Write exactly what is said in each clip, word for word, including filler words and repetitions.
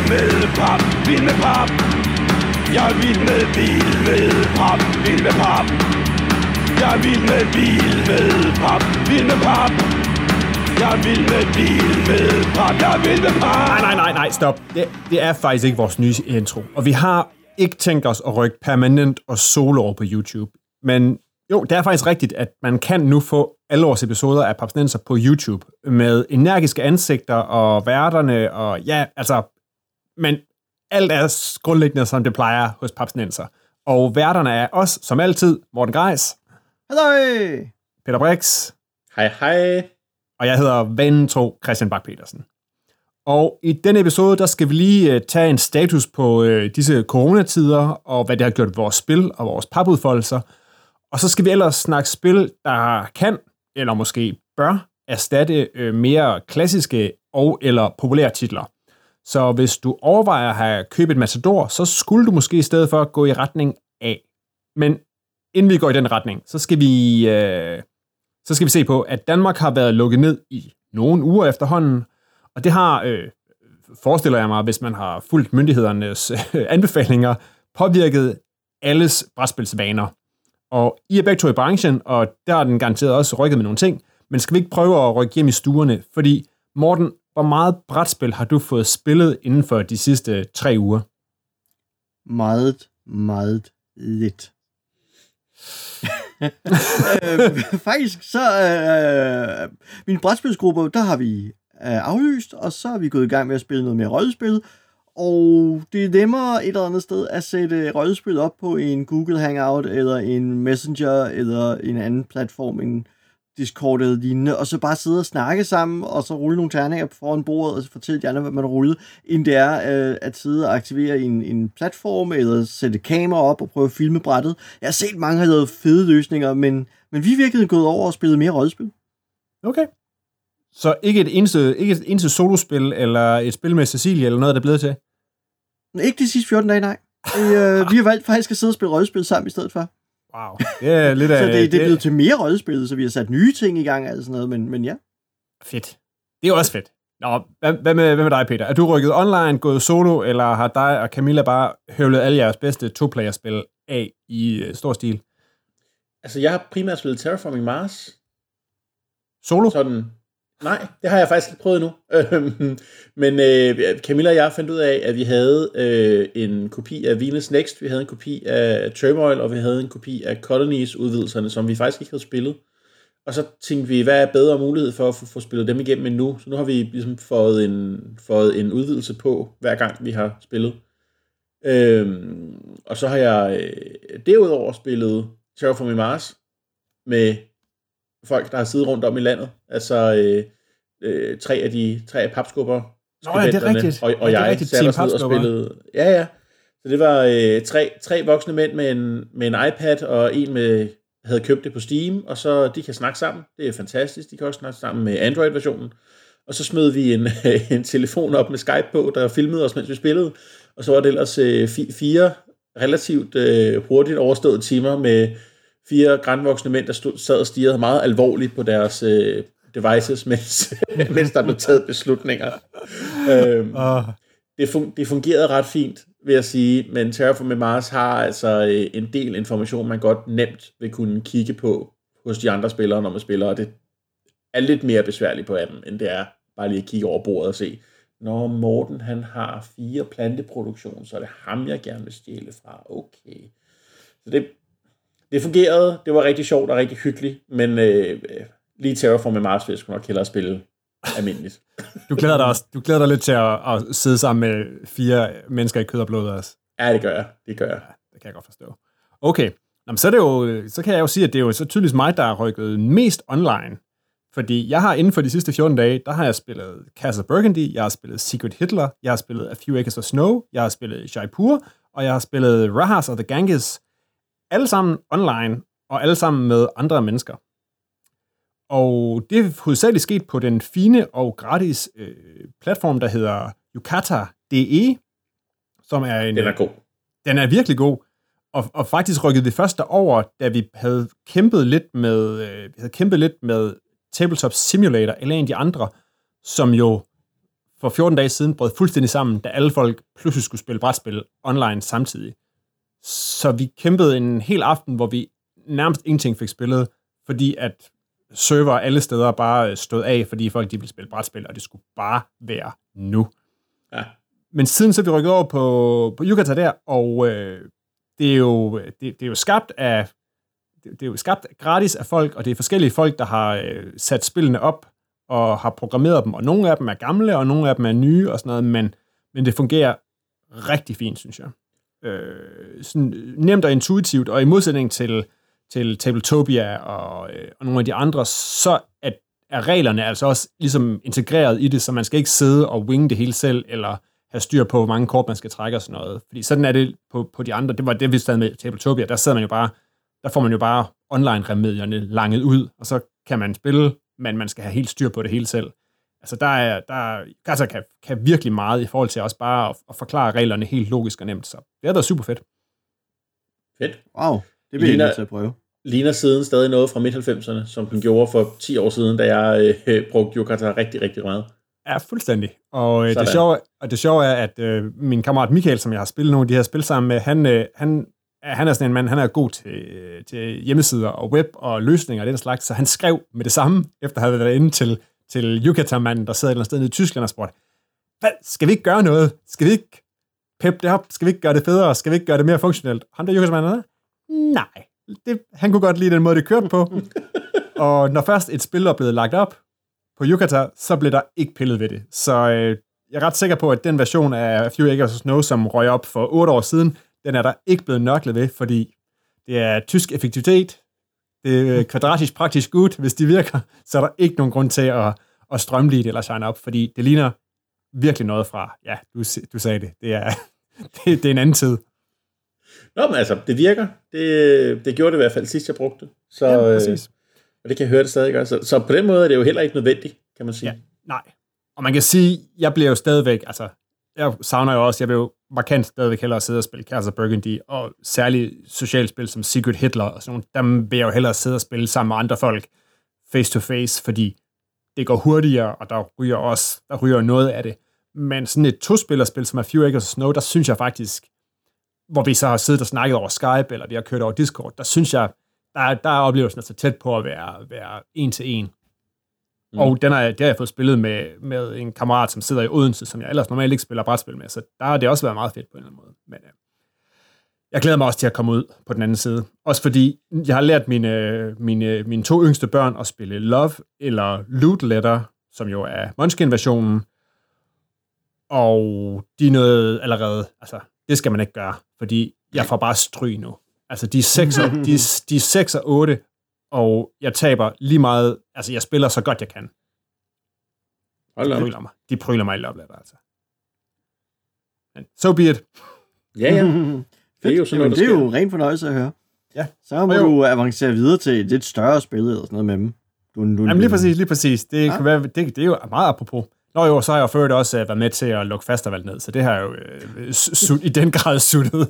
med pap, vild med pap. Jeg er vild med vild med pap, vild med pap. Jeg er vild med vild med pap, vild med pap. Jeg er vild med vild med pap, jeg er vild med pap. Nej, nej, nej, nej, stop. Det, det er faktisk ikke vores nye intro. Og vi har ikke tænkt os at rykke permanent og solo over på YouTube. Men jo, det er faktisk rigtigt, at man kan nu få alle vores episoder af Papsnenser på YouTube med energiske ansigter og værterne og ja, altså, men alt er grundlæggende, som det plejer hos Papsnenser. Og værterne er os, som altid, Morten Greis. Hej! Peter Brix. Hej, hej. Og jeg hedder vanen tro Christian Bak-Petersen. Og i denne episode, der skal vi lige uh, tage en status på uh, disse coronatider, og hvad det har gjort ved vores spil og vores papudfoldelser. Og så skal vi ellers snakke spil, der kan, eller måske bør, erstatte uh, mere klassiske og eller populære titler. Så hvis du overvejer at have købt et Matador, så skulle du måske i stedet for gå i retning af. Men inden vi går i den retning, så skal vi, uh, så skal vi se på, at Danmark har været lukket ned i nogle uger efterhånden, og det har, øh, forestiller jeg mig, hvis man har fulgt myndighedernes øh, anbefalinger, påvirket alles brætspilsvaner. Og I er begge to i branchen, og der har den garanteret også rykket med nogle ting, men skal vi ikke prøve at rykke hjem i stuerne? Fordi, Morten, hvor meget brætspil har du fået spillet inden for de sidste tre uger? Meget, meget lidt. øh, faktisk så øh, min brætspilsgruppe, der har vi øh, aflyst, og så er vi gået i gang med at spille noget mere rollespil, og det er nemmere et eller andet sted at sætte rollespil op på en Google Hangout eller en Messenger eller en anden platform, en Discord eller lignende, og så bare sidde og snakke sammen, og så rulle nogle terninger foran bordet, og så fortælle de andre, hvad man har rullet, inden det er øh, at sidde og aktivere en, en platform, eller sætte kamera op og prøve at filme brættet. Jeg har set, mange har lavet fede løsninger, men, men vi er virkelig gået over og spillet mere rollespil. Okay. Så ikke et eneste, ikke et eneste solospil, eller et spil med Cecilie, eller noget, der er blevet til? Ikke de sidste fjorten dage, nej. øh, vi har valgt faktisk at sidde og spille rollespil sammen i stedet for. Wow. Det er lidt af, så det, det er blevet til mere rollespil, så vi har sat nye ting i gang, altså sådan noget, men, men ja. Fedt. Det er også fedt. Nå, hvad, hvad, med, hvad med dig, Peter? Er du rykket online, gået solo, eller har dig og Camilla bare høvlet alle jeres bedste to-player-spil af i uh, stor stil? Altså, jeg har primært spillet Terraforming Mars. Solo? Sådan. Nej, det har jeg faktisk ikke prøvet endnu. Men øh, Camilla og jeg fandt ud af, at vi havde øh, en kopi af Venus Next, vi havde en kopi af Turmoil, og vi havde en kopi af Colonies-udvidelserne, som vi faktisk ikke havde spillet. Og så tænkte vi, hvad er bedre mulighed for at få, få spillet dem igennem end nu? Så nu har vi ligesom fået en, fået en udvidelse på, hver gang vi har spillet. Øhm, og så har jeg øh, derudover spillet Terraforming Mars med folk, der har siddet rundt om i landet. Altså øh, øh, tre af de tre af papskubber. Nå ja, det er rigtigt. Og, og ja, jeg satte os ned og spillede. Ja, ja. Så det var øh, tre, tre voksne mænd med en, med en iPad, og en med havde købt det på Steam, og så de kan snakke sammen. Det er fantastisk. De kan også snakke sammen med Android-versionen. Og så smed vi en, en telefon op med Skype på, der filmede os, mens vi spillede. Og så var det ellers øh, fire relativt øh, hurtigt overståede timer med fire grandvoksne mænd, der stod, sad og stirrede meget alvorligt på deres øh, devices, mens, mens der blev taget beslutninger. øhm, oh. det, fun- det fungerede ret fint, vil jeg sige, men Terraforming Mars har altså øh, en del information, man godt nemt vil kunne kigge på hos de andre spillere, når man spiller, og det er lidt mere besværligt på appen, end det er bare lige at kigge over bordet og se, når Morten han har fire planteproduktion, så er det ham, jeg gerne vil stjæle fra. Okay. Så det Det fungerede, det var rigtig sjovt og rigtig hyggeligt, men øh, lige Terraforming Mars vil jeg sgu nok hellere spille almindeligt. Du glæder dig også, du glæder dig lidt til at, at sidde sammen med fire mennesker i kød og blod også. Ja, det gør jeg, det gør jeg. Ja, det kan jeg godt forstå. Okay, Nå, så, er det jo, så kan jeg jo sige, at det er jo så tydeligt mig, der har rykket mest online. Fordi jeg har inden for de sidste fjorten dage, der har jeg spillet Castle Burgundy, jeg har spillet Secret Hitler, jeg har spillet A Few Acres of Snow, jeg har spillet Jaipur, og jeg har spillet Rahas of the Ganges. Alle sammen online, og alle sammen med andre mennesker. Og det er hovedsageligt sket på den fine og gratis øh, platform, der hedder Yucata punktum de, som er en... Den er god. Den er virkelig god, og, og faktisk rykkede vi først derover, da vi havde kæmpet lidt med, øh, vi havde kæmpet lidt med Tabletop Simulator, eller en af de andre, som jo for fjorten dage siden brød fuldstændig sammen, da alle folk pludselig skulle spille brætspil online samtidig. Så vi kæmpede en hel aften, hvor vi nærmest ingenting fik spillet, fordi at server alle steder bare stod af, fordi folk de ville spille brætspil, og det skulle bare være nu. Ja. Men siden så er vi rykket over på, på Yucata der, og øh, det, er jo, det, det er jo skabt af det, det er jo skabt gratis af folk, og det er forskellige folk, der har øh, sat spillene op og har programmeret dem, og nogle af dem er gamle, og nogle af dem er nye og sådan noget, men, men det fungerer rigtig fint, synes jeg. Øh, sådan nemt og intuitivt, og i modsætning til, til Tabletopia og, øh, og nogle af de andre, så er, er reglerne altså også ligesom integreret i det, så man skal ikke sidde og winge det hele selv, eller have styr på, hvor mange kort man skal trække og sådan noget. Fordi sådan er det på, på de andre. Det var det, vi sad med Tabletopia. Der sidder man jo bare, der får man jo bare online-remedierne langet ud, og så kan man spille, men man skal have helt styr på det hele selv. Altså der er, der altså kan, kan virkelig meget i forhold til også bare at, at forklare reglerne helt logisk og nemt. Så det har været super fedt. Fedt. Wow, det bliver jeg nødt til at prøve. Ligner siden stadig noget fra midt halvfemserne, som den gjorde for ti år siden, da jeg øh, brugte Yucata rigtig, rigtig meget. Ja, fuldstændig. Og øh, det, sjove, og det sjove er, at øh, min kammerat Michael, som jeg har spillet nogle af de her spil sammen med, han, øh, han, han er sådan en mand, han er god til, til hjemmesider og web og løsninger og den slags, så han skrev med det samme, efter at have været inde til, til Yucata-manden, der sidder et eller andet sted i Tyskland og spurgte, hvad, skal vi ikke gøre noget? Skal vi ikke peppe det op? Skal vi ikke gøre det federe? Skal vi ikke gøre det mere funktionelt? Ham der Yucata-manden, nej. Det, han kunne godt lide den måde, det kørte på. Og når først et spil er blevet lagt op på Yucata, så blev der ikke pillet ved det. Så øh, jeg er ret sikker på, at den version af Few Acres of Snow, som røg op for otte år siden, den er der ikke blevet nørklet ved, fordi det er tysk effektivitet, det er kvadratisk praktisk gut, hvis de virker, så er der ikke nogen grund til at, at strømlige det eller shine op, fordi det ligner virkelig noget fra, ja, du, du sagde det, det er, det, det er en anden tid. Nå, men altså, det virker. Det, det gjorde det i hvert fald sidst, jeg brugte det. Så, ja, præcis. Øh, og det kan jeg høre det stadig gøre. Så, så på den måde er det jo heller ikke nødvendigt, kan man sige. Ja, nej. Og man kan sige, jeg bliver jo stadigvæk, altså, jeg savner jo også, jeg vil jo markant stadigvæk hellere sidde og spille Castle Burgundy, og særligt socialspil som Secret Hitler og sådan nogle, der vil jeg jo hellere sidde og spille sammen med andre folk face to face, fordi det går hurtigere, og der ryger også, der ryger noget af det. Men sådan et to-spillerspil, som er Few Acres of Snow, der synes jeg faktisk, hvor vi så har siddet og snakket over Skype, eller vi har kørt over Discord, der synes jeg, der, der er oplevelsen altså tæt på at være, være en til en. Mm. Og den er, det har jeg fået spillet med, med en kammerat, som sidder i Odense, som jeg ellers normalt ikke spiller brætspil med, så der har det også været meget fedt på en eller anden måde. Men øh, jeg glæder mig også til at komme ud på den anden side. Også fordi jeg har lært mine, mine, mine to yngste børn at spille Love eller Loot Letter, som jo er Munchkin-versionen, og de er noget allerede, altså det skal man ikke gøre, fordi jeg får bare stryg nu. Altså, de er seks og, de, de er seks og otte, og jeg taber lige meget, altså jeg spiller så godt jeg kan. De pryler mig. De pryler mig i Love Letter, altså. Men so be it. Ja, ja. Det er jo sådan noget, det er jo ren fornøjelse at høre. Ja. Så må du avancere videre til et lidt større spil, eller sådan noget med dem. Du, du, Jamen lige præcis, lige præcis. Det, ja. kan være, det, det er jo meget apropos. Nå jo, så har jeg jo også uh, været med til at lukke Fastervald ned, så det har jo uh, su- i den grad suttet.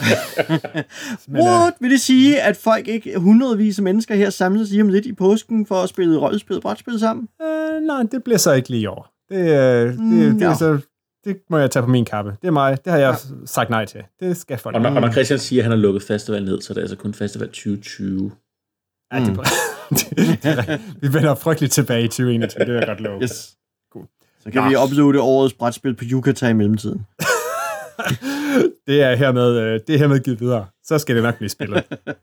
Men, What? Uh, vil det sige, at folk ikke, hundredvis af mennesker her samles lige om lidt i påsken for at spille rollespil og brætspil sammen? Uh, nej, det bliver så ikke lige i år. Det, uh, det, mm, det, ja. det, så, det må jeg tage på min kappe. Det er mig. Det har jeg ja. sagt nej til. Det skal folk. Og når, og når Christian siger, at han har lukket Fastervald ned, så er det altså kun Fastervald tyve tyve. Ja, det, mm. det, det, det, vi vender frygteligt tilbage i tyve enogtyve, det vil jeg godt love. Yes. Så kan Nå. vi uploade årets brætspil på Yucata i mellemtiden. det er hermed, det er hermed givet videre. Så skal det nok blive spillet.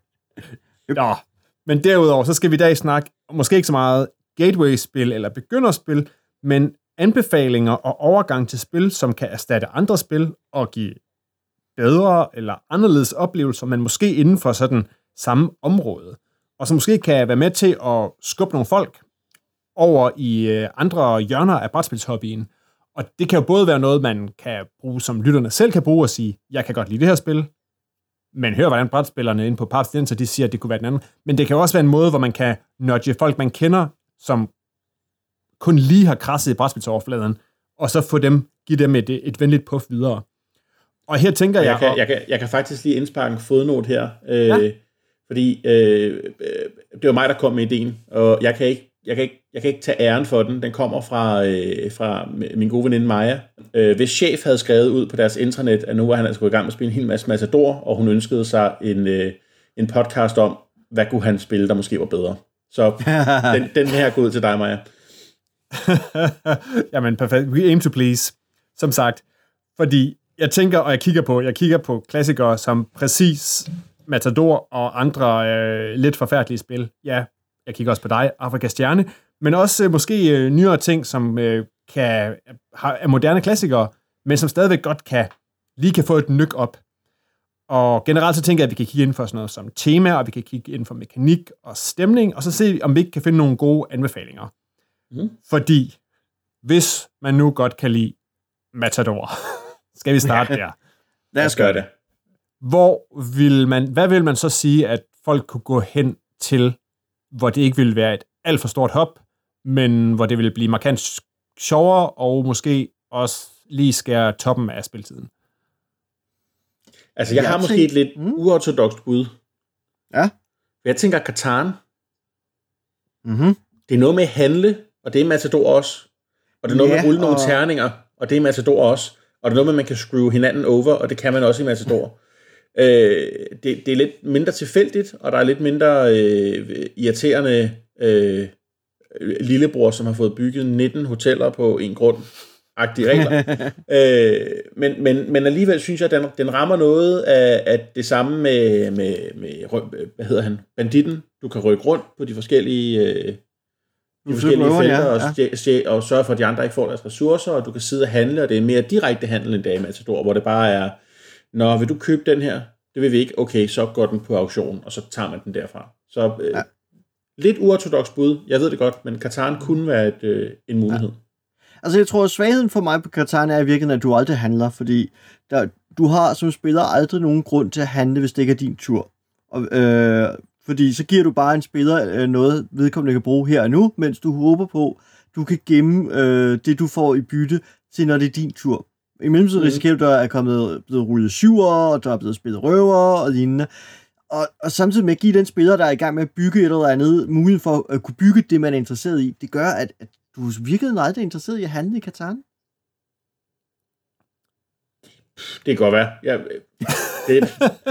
Nå. Men derudover, så skal vi i dag snakke, måske ikke så meget gateway-spil eller begynderspil, men anbefalinger og overgang til spil, som kan erstatte andre spil og give bedre eller anderledes oplevelser, men måske inden for sådan samme område. Og som måske kan være med til at skubbe nogle folk over i øh, andre hjørner af brætspilshobbyen. Og det kan jo både være noget, man kan bruge, som lytterne selv kan bruge og sige, jeg kan godt lide det her spil, men hør, hvordan brætspillerne inde på Papstinenser, de siger, at det kunne være den anden. Men det kan jo også være en måde, hvor man kan nudge folk, man kender, som kun lige har krasset i brætspilsoverfladen, og så få dem, give dem et, et venligt puff videre. Og her tænker jeg... Jeg kan, jeg kan, jeg kan faktisk lige indsparke en fodnote her, øh, ja. fordi øh, det var mig, der kom med ideen, og jeg kan ikke jeg, kan ikke, jeg kan ikke tage æren for den. Den kommer fra, øh, fra min gode veninde Maja. Øh, hvis chef havde skrevet ud på deres intranet, at nu var han altså gået i gang med at spille en hel masse Matador, og hun ønskede sig en, øh, en podcast om, hvad kunne han spille, der måske var bedre. Så den, den her går ud til dig, Maja. Jamen, perfekt. We aim to please. Som sagt. Fordi jeg tænker, og jeg kigger på, jeg kigger på klassikere som præcis Matador og andre øh, lidt forfærdelige spil. Ja, jeg kigger også på dig, Afrikas Stjerne, men også øh, måske øh, nyere ting, som øh, kan har, er moderne klassikere, men som stadigvæk godt kan lige kan få et nyk op. Og generelt så tænker jeg, at vi kan kigge ind for sådan noget som tema, og vi kan kigge ind for mekanik og stemning, og så se, om vi ikke kan finde nogle gode anbefalinger. Mm. Fordi hvis man nu godt kan lide Matador, skal vi starte der. Lad os gøre det. Hvor vil man, hvad vil man så sige, at folk kunne gå hen til, hvor det ikke ville være et alt for stort hop, men hvor det ville blive markant sjovere, og måske også lige skære toppen af spiltiden? Altså, jeg, jeg har måske tænker... et lidt mm. uortodokst bud. Ja. Jeg tænker Catan. Mm-hmm. Det er noget med at handle, og det er Matador også. Og det er noget ja, med at rulle og... nogle terninger, og det er Matador også. Og det er noget med, at man kan screw hinanden over, og det kan man også i Matador. øh, det, det er lidt mindre tilfældigt, og der er lidt mindre øh, irriterende øh, lillebror, som har fået bygget nitten hoteller på en grund. Agtige regler. øh, men, men, men alligevel synes jeg, at den, den rammer noget af, af det samme med, med, med, hvad hedder han, banditten. Du kan rykke rundt på de forskellige, øh, de forskellige røver, felter, ja, ja. Og, stjæ, og sørge for, at de andre ikke får deres ressourcer, og du kan sidde og handle, og det er mere direkte handel end dag i Matador, hvor det bare er, nå, vil du købe den her? Det vil vi ikke. Okay, så går den på auktion, og så tager man den derfra. Så øh, ja. Lidt uortodoks bud, jeg ved det godt, men Catan kunne være et, øh, en mulighed. Ja. Altså, jeg tror, at svagheden for mig på Catan er i virkeligheden, at du aldrig handler, fordi der, du har som spiller aldrig nogen grund til at handle, hvis det ikke er din tur. Og, øh, fordi så giver du bare en spiller øh, noget, vedkommende kan bruge her og nu, mens du håber på, du kan gemme øh, det, du får i bytte, til når det er din tur. I mellemtiden mm. risikerer du, at der er kommet, blevet rullet syver, og der er blevet spillet røver og lignende. Og, og samtidig med at give den spiller, der er i gang med at bygge et eller andet, mulighed for at kunne bygge det, man er interesseret i, det gør, at, at du er virkelig aldrig interesseret i at handle i Catan? Det kan godt være. Ja, det,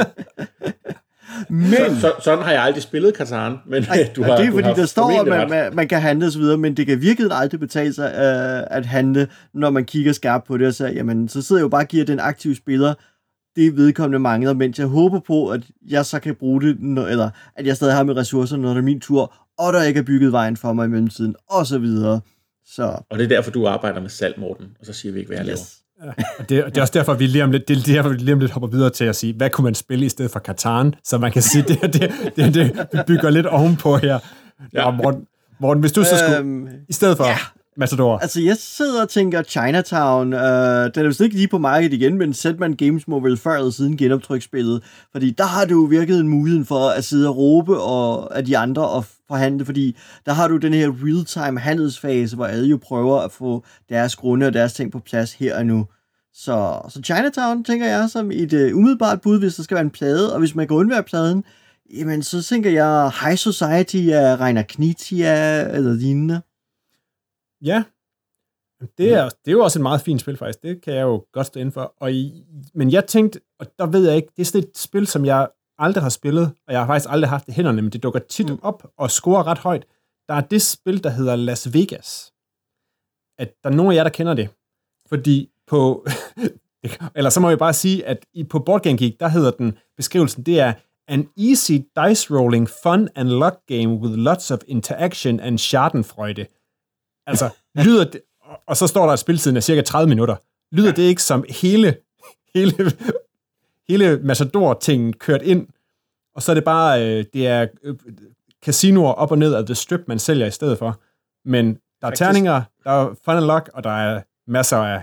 men, så, så, sådan har jeg aldrig spillet Catan. Men ej, du har, det er du fordi, har der står, at man, man, man kan handle osv., men det kan virkelig aldrig betale sig uh, at handle, når man kigger skarpt på det og siger, jamen, så sidder jeg jo bare og giver den aktive spiller det vedkommende mangler, mens jeg håber på, at jeg så kan bruge det, når, eller at jeg stadig har med ressourcer, når det er min tur, og der ikke er bygget vejen for mig i mellemtiden, og så videre. Så. Og det er derfor, du arbejder med salg, Morten, og så siger vi ikke, hvad jeg yes. laver. Ja, og det, det er også derfor, vi lige om lidt, det er derfor, vi lige om lidt hopper videre til at sige, hvad kunne man spille i stedet for Catan, så man kan sige, det, det, det, det vi bygger lidt ovenpå her. Ja. Og Morten, Morten, hvis du så skulle, øhm, i stedet for... Ja. Matador. Altså, jeg sidder og tænker Chinatown, øh, den er vist ikke lige på markedet igen, men Setman Games må vel før eller siden genoptryksspillet, fordi der har du jo virkelig en mulighed for at sidde og råbe og, af de andre og forhandle, fordi der har du den her real-time handelsfase, hvor alle jo prøver at få deres grunde og deres ting på plads her og nu. Så, så Chinatown, tænker jeg, som et uh, umiddelbart bud, hvis der skal være en plade, og hvis man kan undvære pladen, jamen, så tænker jeg High Society af Reiner Knizia eller lignende. Ja, det er, det er jo også et meget fint spil faktisk, det kan jeg jo godt stå inden for. Og i, men jeg tænkte, og der ved jeg ikke, det er sådan et spil, som jeg aldrig har spillet, og jeg har faktisk aldrig haft det i hænderne, men det dukker tit mm. op og scorer ret højt. Der er det spil, der hedder Las Vegas. At der er nogen af jer, der kender det. Fordi på, eller så må jeg bare sige, at på Board Game Geek, der hedder den beskrivelsen, det er an easy dice rolling fun and luck game with lots of interaction and schadenfreude. Altså, lyder det, og så står der, at spiltiden er cirka tredive minutter. Lyder det ikke som hele, hele, hele Matador-tingen kørt ind, og så er det bare, øh, det er øh, casinoer op og ned af The Strip, man sælger i stedet for. Men der er Faktisk. terninger, der er fun and luck, og der er masser af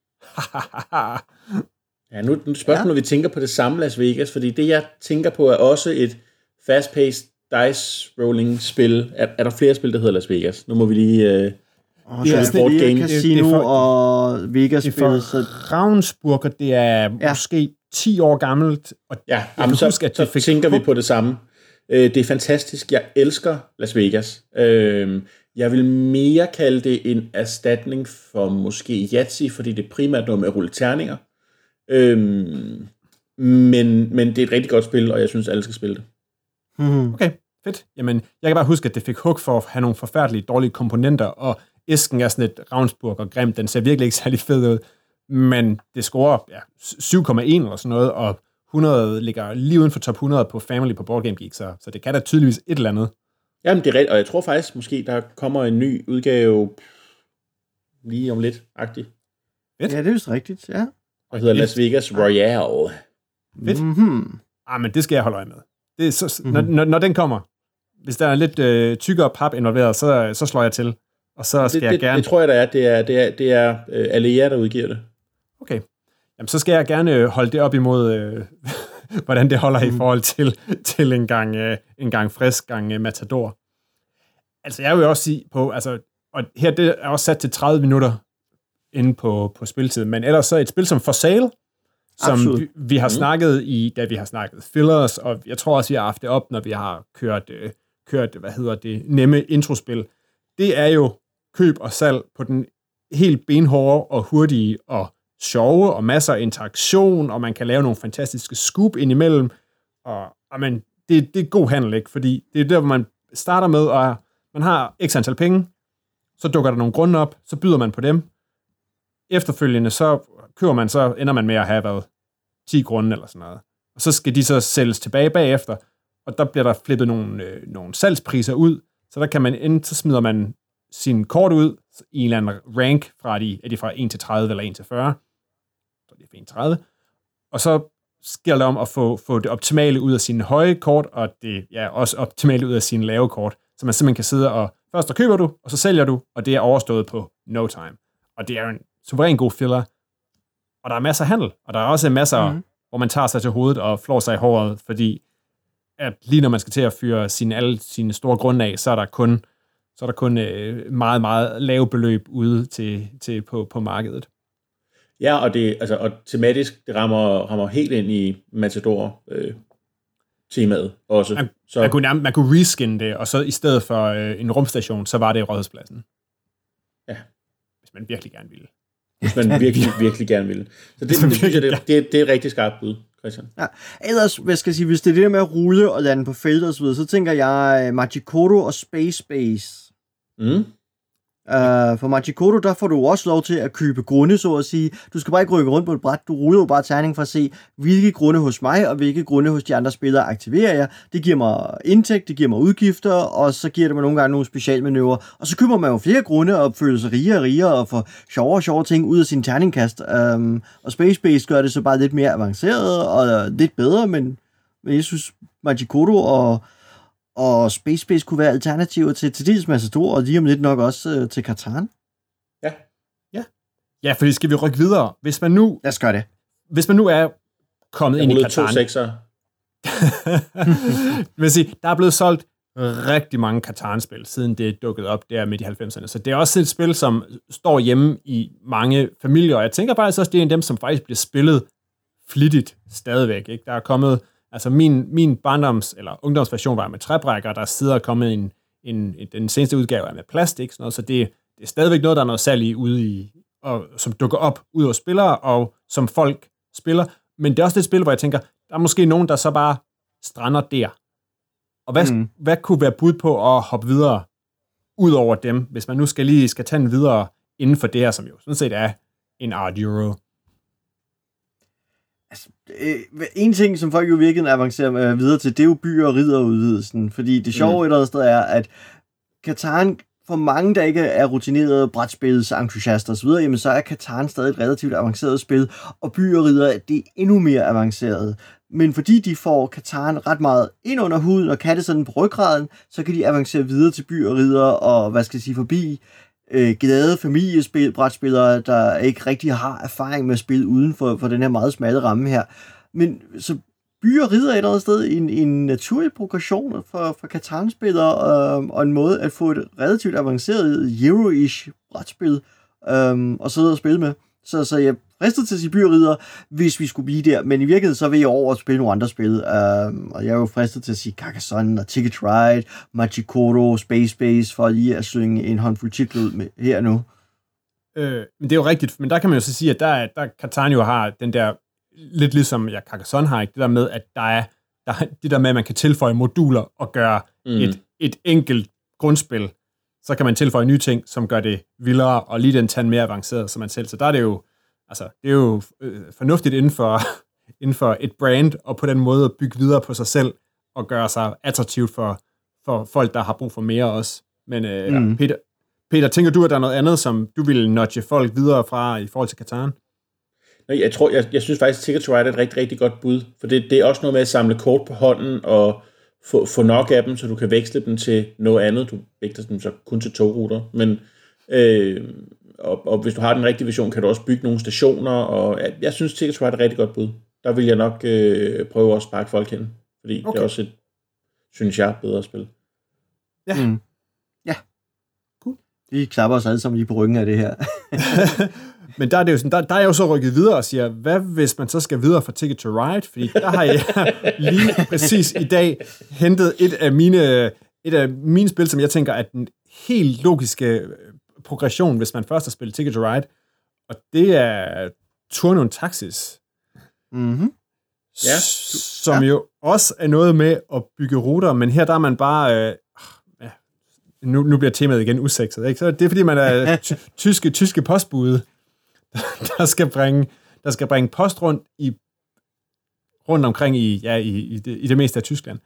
ja, nu er det spørgsmålet, når vi tænker på det samme Las Vegas, fordi det, jeg tænker på, er også et fast-paced dice-rolling-spil. Er, er der flere spil, der hedder Las Vegas? Nu må vi lige... Øh, oh, det er sådan et casino det, det for, og Vegas-spil. Så Ravensburger, det er ja. måske ti år gammelt. Og ja, jamen, så, huske, at så fik tænker vi på det samme. Øh, det er fantastisk. Jeg elsker Las Vegas. Øh, Jeg vil mere kalde det en erstatning for måske Yahtzee, fordi det er primært noget med at rulle terninger. Øhm, men, men det er et rigtig godt spil, og jeg synes, alle skal spille det. Mm. Okay, fedt. Jamen, jeg kan bare huske, at det fik hug for at have nogle forfærdelige dårlige komponenter, og æsken er sådan et Ravnsburg og grim. Den ser virkelig ikke særlig fed ud, men det scorer ja, syv komma en eller sådan noget, og hundrede ligger lige uden for top hundrede på Family på Board Game Geek, så, så det kan da tydeligvis et eller andet. Jamen, det er rigtigt, og jeg tror faktisk, måske der kommer en ny udgave lige om lidt-agtig. Ja, det er vist rigtigt, ja. Og hedder Las Vegas Royale. Fedt. Mm-hmm. Ah, men det skal jeg holde øje med. Det er så, mm-hmm. når, når, når den kommer, hvis der er lidt øh, tykkere pap involveret, så, så slår jeg til. Og så skal det, jeg det, gerne... Det tror jeg, der er. Det er, det er, det er øh, Alea, der udgiver det. Okay. Jamen, så skal jeg gerne holde det op imod, øh, hvordan det holder mm. i forhold til, til en gang, øh, en gang frisk, gang øh, Matador. Altså, jeg vil også sige på, altså, og her det er også sat til tredive minutter inde på, på spiltid, men ellers så et spil som For Sale, som vi, vi har mm. snakket i, da vi har snakket fillers, og jeg tror også, vi har haft det op, når vi har kørt, øh, kørt hvad hedder det, nemme introspil. Det er jo køb og salg på den helt benhårde og hurtige og sjove, og masser af interaktion, og man kan lave nogle fantastiske scoop indimellem, og amen, det, det er god handel, ikke? Fordi det er der, hvor man starter med, og man har x antal penge, så dukker der nogle grunde op, så byder man på dem. Efterfølgende, så køber man, så ender man med at have været ti grunde eller sådan noget. Og så skal de så sælges tilbage bagefter, og der bliver der flippet nogle, øh, nogle salgspriser ud, så der kan man enten, så smider man sin kort ud i en eller anden rank, fra de, er de fra en til tredive eller en til fyrre, så det er en til tredive, og så sker det om at få, få det optimale ud af sine høje kort, og det ja, også optimale ud af sine lave kort, så man simpelthen kan sidde og, først der køber du, og så sælger du, og det er overstået på no time. Og det er jo en suveræn god filler, og der er masser af handel, og der er også masser, mm. hvor man tager sig til hovedet og flår sig i håret, fordi at lige når man skal til at fyre sine, alle sine store grunde af, så er der kun, så er der kun øh, meget, meget lave beløb ude til, til på, på markedet. Ja, og, det, altså, og tematisk, det rammer, rammer helt ind i Matador-temaet øh, også. Man, så. Man, kunne, man kunne reskin det, og så i stedet for øh, en rumstation, så var det Rådhuspladsen. Ja. Hvis man virkelig gerne ville. Hvis man virkelig, virkelig gerne ville. Så det, det, det, det, det, det er et rigtig skarpt bud, Christian. Ja. Ellers, hvad skal jeg sige, hvis det er det der med at rulle og lande på felter og så videre, så tænker jeg Magikoto og Space Base. Mm. Uh, for Magikoto, der får du også lov til at købe grunde, så at sige. Du skal bare ikke rykke rundt på et bræt. Du ruller jo bare terning for at se, hvilke grunde hos mig, og hvilke grunde hos de andre spillere aktiverer jeg. Det giver mig indtægt, det giver mig udgifter, og så giver det mig nogle gange nogle specialmanøvrer. Og så køber man jo flere grunde, og føler sig rigere og rigere, og får sjovere og sjovere ting ud af sin terningkast. Um, og Space Base gør det så bare lidt mere avanceret, og lidt bedre, men, men jeg synes, Magikoto og Og Space Base kunne være alternativer til, til dels Matador, og lige om lidt nok også øh, til Catan. Ja. Ja. Ja, fordi skal vi rykke videre. Hvis man nu... Lad os gøre det. Hvis man nu er kommet ind i Catan... to sekser. vil sige, der er blevet solgt rigtig mange Catan-spil, siden det er dukket op der midt i halvfemserne. Så det er også et spil, som står hjemme i mange familier, og jeg tænker faktisk også, det er en af dem, som faktisk bliver spillet flittigt stadigvæk. Ikke? Der er kommet... Altså min, min barndoms- eller ungdomsversion var med træbrækker, der sidder og kommet en, en, den seneste udgave er med plastik, sådan noget, så det, det er stadigvæk noget, der er noget særligt ude i, og, som dukker op ud af spillere, og som folk spiller. Men det er også et spil, hvor jeg tænker, der er måske nogen, der så bare strander der. Og hvad, mm. hvad kunne være bud på at hoppe videre ud over dem, hvis man nu skal lige skal tage den videre inden for det her, som jo sådan set er en Art Euro? Altså, øh, en ting, som folk jo virkelig avancerer videre til, det er jo byer og ridderudvidelsen. Fordi det sjove mm. et eller andet sted er, at Catan, for mange, der ikke er rutinerede brætspilsentusiaster osv., jamen så er Catan stadig et relativt avanceret spil, og byer og ridder, det er endnu mere avanceret. Men fordi de får Catan ret meget ind under huden, og kan det sådan på ryggraden, så kan de avancere videre til byer og ridder, og hvad skal jeg sige, forbi øh, glade familiespil, brætspillere, der ikke rigtig har erfaring med at spille uden for, for den her meget smalle ramme her. Men så byer og ridder et eller andet sted en, en naturlig progression for, for Catan-spillere, øh, og en måde at få et relativt avanceret Euro-ish brætspil øh, og sidde og spille med. Så, så jeg fristet til at sige byrider, hvis vi skulle blive der, men i virkeligheden så vil jeg over at spille nogle andre spil, uh, og jeg er jo fristet til at sige Carcassonne og Ticket to Ride, Machikoro, Space Base, for lige at synge en håndfuld titler ud med her nu. Øh, men det er jo rigtigt, men der kan man jo så sige, at der, der Catan jo har den der, lidt ligesom ja, Carcassonne har, ikke? Det der med, at der er, der er det der med, at man kan tilføje moduler og gøre mm. et, et enkelt grundspil, så kan man tilføje nye ting, som gør det vildere, og lige den tand mere avanceret, som man selv. Så der er det jo, altså, det er jo øh, fornuftigt inden for, inden for et brand, og på den måde at bygge videre på sig selv, og gøre sig attraktivt for, for folk, der har brug for mere også. Men øh, mm. ja, Peter, Peter, tænker du, at der er noget andet, som du vil nudge folk videre fra i forhold til Catan? Jeg tror, jeg, jeg synes faktisk, at Ticket to Ride er et rigtig, rigtig godt bud, for det, det er også noget med at samle kort på hånden, og få, få nok af dem, så du kan veksle dem til noget andet. Du veksler dem så kun til togruter, men øh, og, og hvis du har den rigtige version, kan du også bygge nogle stationer, og jeg, jeg synes, Ticket to Ride er et rigtig godt bud. Der vil jeg nok øh, prøve at sparke folk hen, fordi okay. det er også et, synes jeg, bedre spil. Ja. Mm. Ja. Cool. Vi klapper os alle sammen lige på ryggen af det her. Men der er, det jo sådan, der, der er jeg jo så rykket videre og siger, hvad hvis man så skal videre fra Ticket to Ride? Fordi der har jeg lige præcis i dag hentet et af mine, et af mine spil, som jeg tænker er den helt logiske progression, hvis man først har spillet Ticket to Ride. Og det er Turnus Taxis. Mm-hmm. Ja. Som ja. jo også er noget med at bygge ruter, men her der er man bare... Øh, ja, nu, nu bliver temaet igen usekset, ikke? Så det er fordi, man er ty- tyske, tyske postbude, der skal bringe, der skal bringe post rundt i rundt omkring i, ja, i, i, det, i det meste af Tyskland.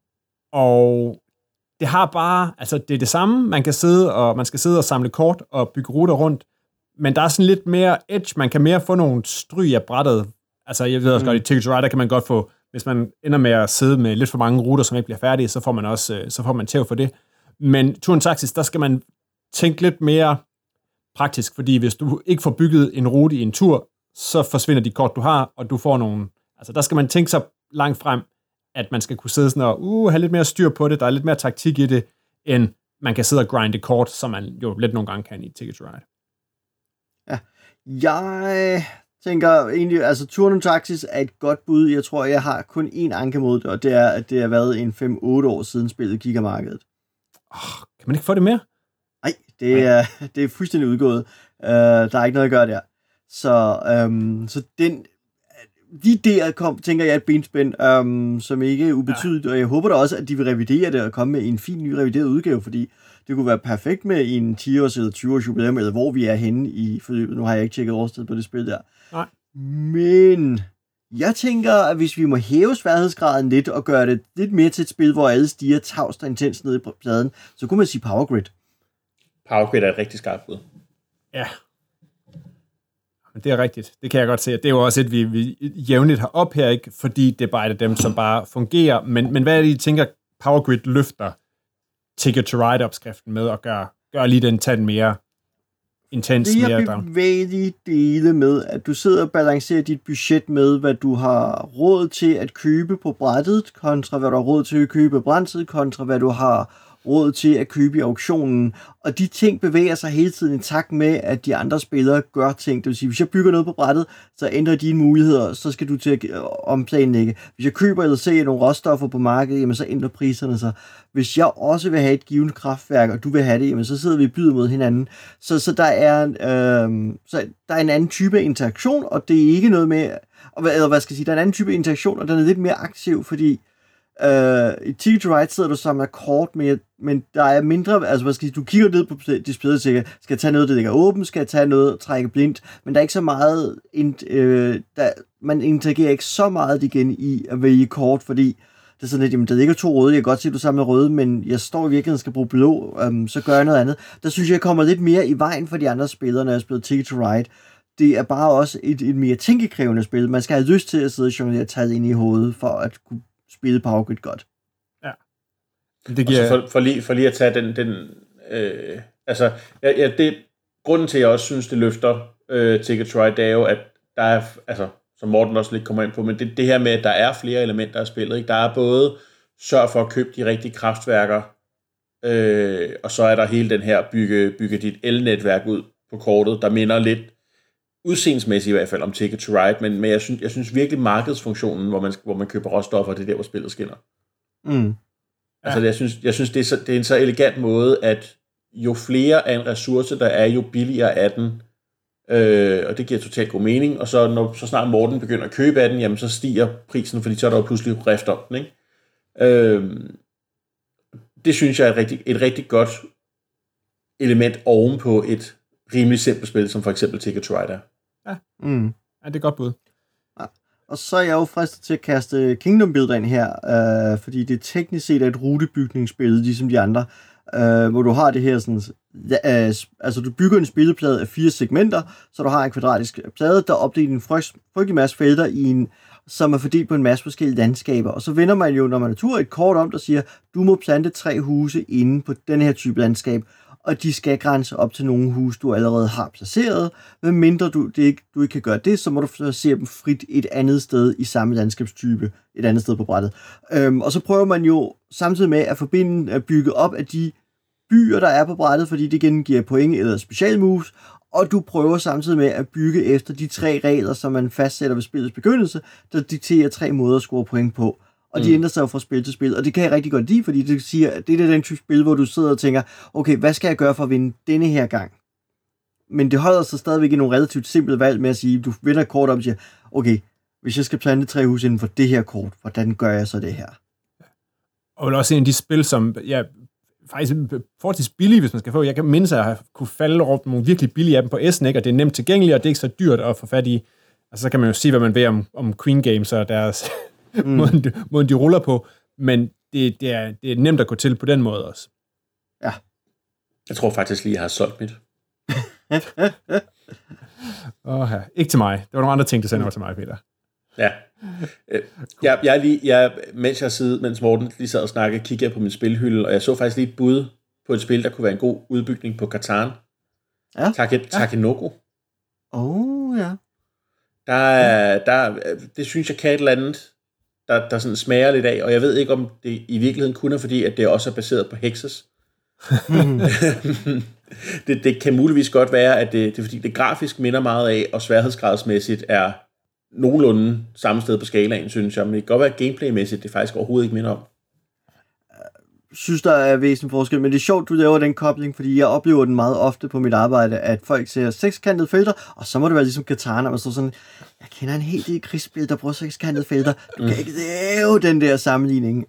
Og det har bare, altså det er det samme, man kan sidde og man skal sidde og samle kort og bygge ruter rundt, men der er sådan lidt mere edge, man kan mere få nogle stryg af brættet. Altså jeg ved også mm. godt, i Ticket to Ride, der kan man godt få, hvis man ender med at sidde med lidt for mange ruter, som ikke bliver færdige, så får man også, så får man tæv for det. Men Turnus Taxis, der skal man tænke lidt mere praktisk, fordi hvis du ikke får bygget en rute i en tur, så forsvinder de kort, du har, og du får nogle... Altså, der skal man tænke sig langt frem, at man skal kunne sidde sådan og uh, have lidt mere styr på det, der er lidt mere taktik i det, end man kan sidde og grinde kort, som man jo lidt nogle gange kan i Ticket to Ride. Ja, jeg tænker egentlig, altså Turnus Taxis er et godt bud. Jeg tror, jeg har kun én anke mod det, og det er, at det har været en fem otte år siden spillet gik af markedet. Oh, kan man ikke få det mere? Nej, det er, det er fuldstændig udgået. Uh, der er ikke noget at gøre der. Så, um, så den, de der kom, tænker jeg er et benspænd, um, som ikke er ubetydeligt, ja. Og jeg håber da også, at de vil revidere det og komme med en fin ny revideret udgave, fordi det kunne være perfekt med en ti års eller tyve års jubilæum, eller hvor vi er henne i forløbet. Nu har jeg ikke tjekket årsted på det spil der. Nej. Men jeg tænker, at hvis vi må hæve sværhedsgraden lidt og gøre det lidt mere til et spil, hvor alle stiger tavst og intens ned i pladen, så kunne man sige Power Grid. Power Grid er et rigtig skarpt bud. Ja. Det er rigtigt. Det kan jeg godt se. Det er jo også et, vi, vi jævnligt har op her, ikke? Fordi det er bare et af dem, som bare fungerer. Men, men hvad er det, I tænker, Power Grid løfter Ticket to Ride-opskriften med at gøre, gøre lige den tand mere intens? Det er bevægelige dele med, at du sidder og balancerer dit budget med, hvad du har råd til at købe på brættet, kontra hvad du har råd til at købe på brændet, kontra hvad du har råd til at købe i auktionen, og de ting bevæger sig hele tiden i takt med, at de andre spillere gør ting. Det vil sige, hvis jeg bygger noget på brættet, så ændrer dine muligheder, så skal du til at omplanlægge. Hvis jeg køber eller sælger nogle råstoffer på markedet, jamen så ændrer priserne sig. Hvis jeg også vil have et givet kraftværk, og du vil have det, jamen så sidder vi og byder mod hinanden. Så, så, der er, øh, så der er en anden type af interaktion, og det er ikke noget med, eller hvad skal jeg sige, der er en anden type af interaktion, og den er lidt mere aktiv, fordi Uh, i Ticket to Ride sidder du sammen med kort, med, men der er mindre, altså hvad skal jeg sige, du kigger ned på displayet og tænker, skal jeg tage noget, der ligger åbent, skal jeg tage noget, trække blindt, men der er ikke så meget, uh, der, man interagerer ikke så meget igen i at vælge kort, fordi det er sådan lidt, jamen der ligger to røde, jeg kan godt se, at du samler røde, men jeg står i virkeligheden skal bruge blå, um, så gør jeg noget andet. Der synes jeg, jeg kommer lidt mere i vejen for de andre spillere, når jeg spiller Ticket to Ride. Det er bare også et, et mere tænkekrævende spil. Man skal have lyst til at sidde og jonglere tal ind i hovedet, for at kunne spille Power Grid godt. Ja. Det giver... for, for, lige, for lige at tage den... den øh, altså, ja, ja, det, grunden til, at jeg også synes, det løfter øh, Ticket to Ride, det er jo, at der er, altså, som Morten også lidt kommer ind på, men det, det her med, at der er flere elementer af spillet, ikke? Der er både sørg for at købe de rigtige kraftværker, øh, og så er der hele den her bygge, bygge dit elnetværk ud på kortet, der minder lidt udseendemæssigt i hvert fald, om Ticket to Ride, men, men jeg, synes, jeg synes virkelig markedsfunktionen, hvor man, hvor man køber råstoffer, det er der, hvor spillet skinner. Mm. Altså, jeg synes, jeg synes det, er så, det er en så elegant måde, at jo flere af en ressource, der er, jo billigere er den, øh, og det giver totalt god mening, og så, når, så snart Morten begynder at købe af den, jamen, så stiger prisen, fordi så er der jo pludselig rift om den, ikke? Øh, det synes jeg er et rigtig, et rigtig godt element oven på et rimelig simpelt spil, som for eksempel Ticket to Ride er. Ja. Mm. Ja, det er godt bud. Ja. Og så er jeg jo fristet til at kaste Kingdom Builder ind her, øh, fordi det teknisk set er et rutebygningsspil, ligesom de andre, øh, hvor du har det her sådan, ja, øh, altså du bygger en spilleplade af fire segmenter, så du har en kvadratisk plade, der opdeler en frygt, frygtelig masse felter i en, som er fordelt på en masse forskellige landskaber. Og så vender man jo, når man er tur, et kort om, der siger, du må plante tre huse inde på den her type landskab, og de skal grænse op til nogle huse, du allerede har placeret. Men mindre du, det ikke, du ikke kan gøre det, så må du placere dem frit et andet sted i samme landskabstype, et andet sted på brættet. Øhm, og så prøver man jo samtidig med at forbinde, at bygge op af de byer, der er på brættet, fordi det igen giver point eller special moves, og du prøver samtidig med at bygge efter de tre regler, som man fastsætter ved spillets begyndelse, der dikterer tre måder at score point på. Og de mm. ændrer sig jo fra spil til spil, og det kan jeg rigtig godt lide, fordi det siger, at det er den type spil, hvor du sidder og tænker, okay, hvad skal jeg gøre for at vinde denne her gang? Men det holder sig stadigvæk i nogle relativt simple valg med at sige, du vinder et kort op og siger, okay, hvis jeg skal plante tre huse inden for det her kort, hvordan gør jeg så det her? Og vel også en af de spil, som ja, faktisk forholdsvis billige, hvis man skal få. Jeg kan mindes, at jeg har kunne falde over nogle virkelig billige af dem på S'en, ikke? Og det er nemt tilgængeligt, og det er ikke så dyrt at få fat i. Og så kan man jo sige, hvad man vil om, om Queen Games og deres mm. måden, de, måden, de ruller på. Men det, det, er, det er nemt at gå til på den måde også. Ja. Jeg tror faktisk lige, jeg har solgt mit. Åh, ja. Ikke til mig. Det var nogle andre ting, der sendte over til mig, Peter. Ja. Jeg, jeg lige, jeg, mens jeg sidder, mens Morten lige sad og snakkede, kiggede jeg på min spilhylde, og jeg så faktisk lige et bud på et spil, der kunne være en god udbygning på Catan. Ja. Take, Takenoko. Åh, oh, ja. Der er, der, det synes jeg kan et eller andet, der, der sådan smager lidt af, og jeg ved ikke, om det i virkeligheden kun er fordi, at det også er baseret på hexes. det, det kan muligvis godt være, at det, det er fordi, det grafisk minder meget af, og sværhedsgradsmæssigt er nogenlunde samme sted på skalaen, synes jeg, men det kan godt være, at gameplaymæssigt det faktisk overhovedet ikke minder om. Synes, der er væsentlig forskel, men det er sjovt, du laver den kobling, fordi jeg oplever den meget ofte på mit arbejde, at folk ser sekskantede felter, og så må det være ligesom Catan, og man står sådan, jeg kender en hel del krigsspil, der bruger sekskantede felter, du kan ikke lave den der sammenligning.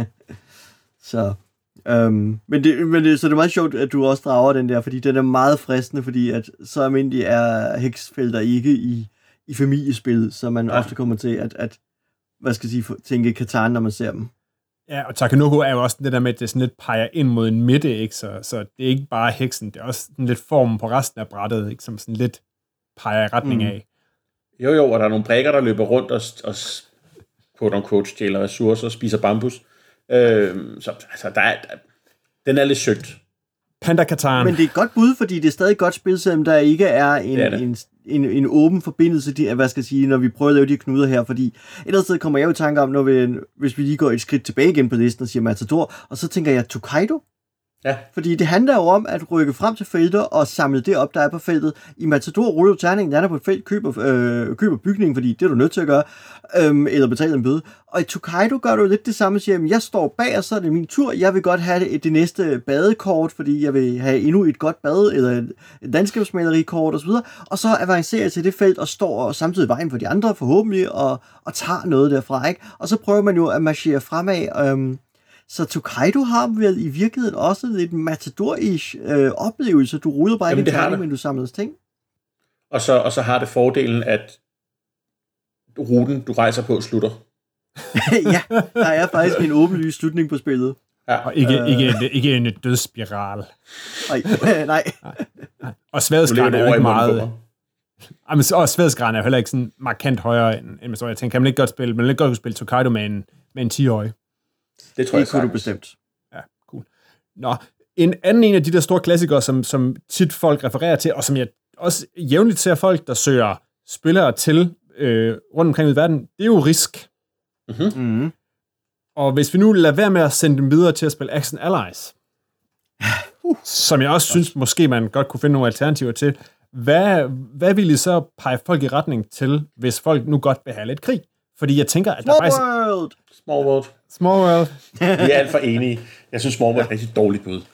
så, øhm, men, det, men det, så det er meget sjovt, at du også drager den der, fordi den er meget fristende, fordi at så almindelig er heksfelter ikke i, i familiespil, så man ja. ofte kommer til at, at hvad skal jeg sige, tænke Catan, når man ser dem. Ja, og Takenoko er jo også det der med, at det sådan lidt peger ind mod en midte, ikke? Så, så det er ikke bare heksen, det er også sådan lidt formen på resten af brættet, ikke? Som sådan lidt peger i retning af. Mm. Jo, jo, og der er nogle brækker, der løber rundt og, og quote-unquote stjæler ressourcer og spiser bambus. Øh, så altså, der er, der, den er lidt søgt. Panda Catan. Men det er et godt bud, fordi det er stadig et godt spil, selvom der ikke er en, det er det. en, en, en åben forbindelse, de, hvad skal jeg sige, når vi prøver at lave de knuder her, fordi et eller andet sted kommer jeg jo i tanke om, når vi, hvis vi lige går et skridt tilbage igen på listen og siger Matador, og så tænker jeg Tokaido. Ja. Fordi det handler jo om at rykke frem til felter og samle det op, der er på feltet. I Matador ruller du terningen, lander på et felt, køber, øh, køber bygningen, fordi det er du nødt til at gøre, øh, eller betale en bøde. Og i Tokaido gør du lidt det samme, siger, at jeg står bag, og så er det min tur. Jeg vil godt have det, det næste badekort, fordi jeg vil have endnu et godt bad, eller et, et landskabsmalerikort osv. Og så avancerer jeg til det felt og står og samtidig vejen for de andre forhåbentlig, og, og tager noget derfra, ikke? Og så prøver man jo at marchere fremad. Øh, Så Tokaido har vel i virkeligheden også lidt matador-ish øh, oplevelse. Du ruller bare ikke en terning, men du samler ting. Og så, og så har det fordelen, at ruten, du rejser på, slutter. Ja, der er faktisk en åbenlys slutning på spillet. Ja. Og ikke, øh... ikke, en, ikke en dødsspiral. Ej, nej. nej. Og sværhedsgraden er jo ikke meget... Jamen, og sværhedsgraden er jo heller ikke sådan markant højere end, end så jeg tænker, kan man ikke godt spille, men ikke godt spille Tokaido med en, med en ti-årig. Det tror jeg, det kunne du bestemt. Ja, cool. Nå, en anden en af de der store klassikere, som, som tit folk refererer til, og som jeg også jævnligt ser folk, der søger spillere til øh, rundt omkring i verden, det er jo Risk. Mm-hmm. Mm-hmm. Og hvis vi nu lader være med at sende dem videre til at spille Action Allies, uh. som jeg også synes, måske man godt kunne finde nogle alternativer til, hvad, hvad vil I så pege folk i retning til, hvis folk nu godt vil have lidt krig? Fordi jeg tænker, at Small der faktisk... World! Small World. Small World. Vi er alt for enige. Jeg synes, Small World er et rigtig dårligt bud.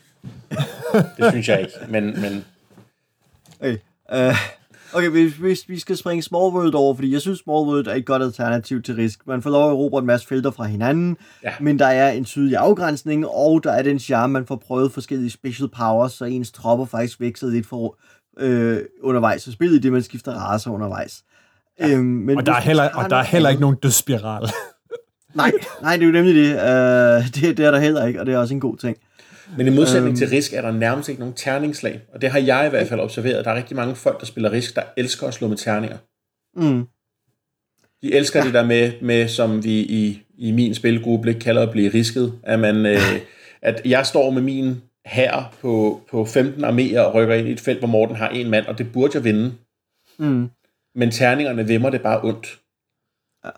Det synes jeg ikke, men... men... Okay, uh, okay hvis, hvis vi skal springe Small World over, fordi jeg synes, Small World er et godt alternativ til Risk. Man får lov at erobre en masse felter fra hinanden, ja. Men der er en tydelig afgrænsning, og der er den charme, man får prøvet forskellige special powers, så ens tropper faktisk veksler lidt for, øh, undervejs, så spillet det, man skifter racer undervejs. Ja. Øhm, men og der er heller, og der er heller ikke nogen dødsspiral. nej, nej, det er jo nemlig det. Uh, det. Det er der heller ikke, og det er også en god ting. Men i modsætning øhm, til Risk er der nærmest ikke nogen terningslag, og det har jeg i hvert fald observeret. Der er rigtig mange folk, der spiller Risk, der elsker at slå med terninger. Mm. De elsker ja. det der med, med, som vi i, i min spilgruppe kalder at blive risket, at, man, øh, at jeg står med min hær på, på femten arméer og rykker ind i et felt, hvor Morten har en mand, og det burde jeg vinde. Mm. Men terningerne vimmer det bare ondt. Ja.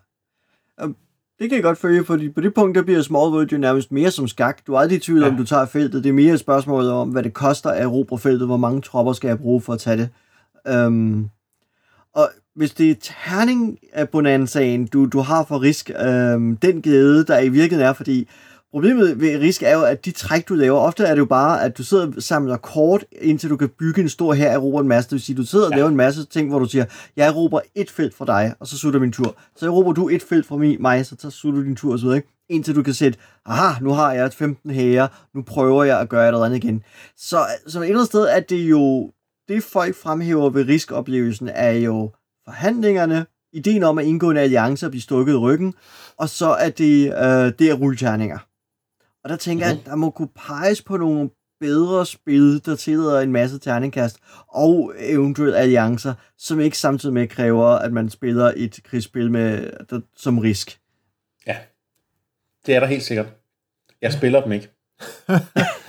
Det kan jeg godt følge, fordi på det punkt, der bliver Small World jo nærmest mere som skak. Du er aldrig i tvivl om, ja. du tager feltet. Det er mere et spørgsmål om, hvad det koster at erobre feltet, hvor mange tropper skal jeg bruge for at tage det. Um, og hvis det er terning af bonanzaen, du, du har for Risk, um, den glæde, der i virkeligheden er, fordi problemet ved Risk er jo, at de træk, du laver, ofte er det jo bare, at du sidder og samler kort, indtil du kan bygge en stor her og erobre en masse. Det vil sige, du sidder og ja. laver en masse ting, hvor du siger, jeg erobrer et felt fra dig, og så slutter min tur. Så erobrer du et felt fra mig, så tager slutter din tur, og så videre, ikke? Indtil du kan sætte, aha, nu har jeg femten hære, nu prøver jeg at gøre et eller andet igen. Så, så et eller andet sted, at det jo, det folk fremhæver ved Risk-oplevelsen, er jo forhandlingerne, ideen om at indgå en alliance og blive stukket i ryggen, og så er det, øh, det er rulleterninger. Og der tænker jeg, at der må kunne peges på nogle bedre spil, der tillader en masse terningkast, og eventuelt alliancer, som ikke samtidig med kræver, at man spiller et krigsspil med, der, som Risk. Ja, det er der helt sikkert. Jeg spiller dem ikke. Det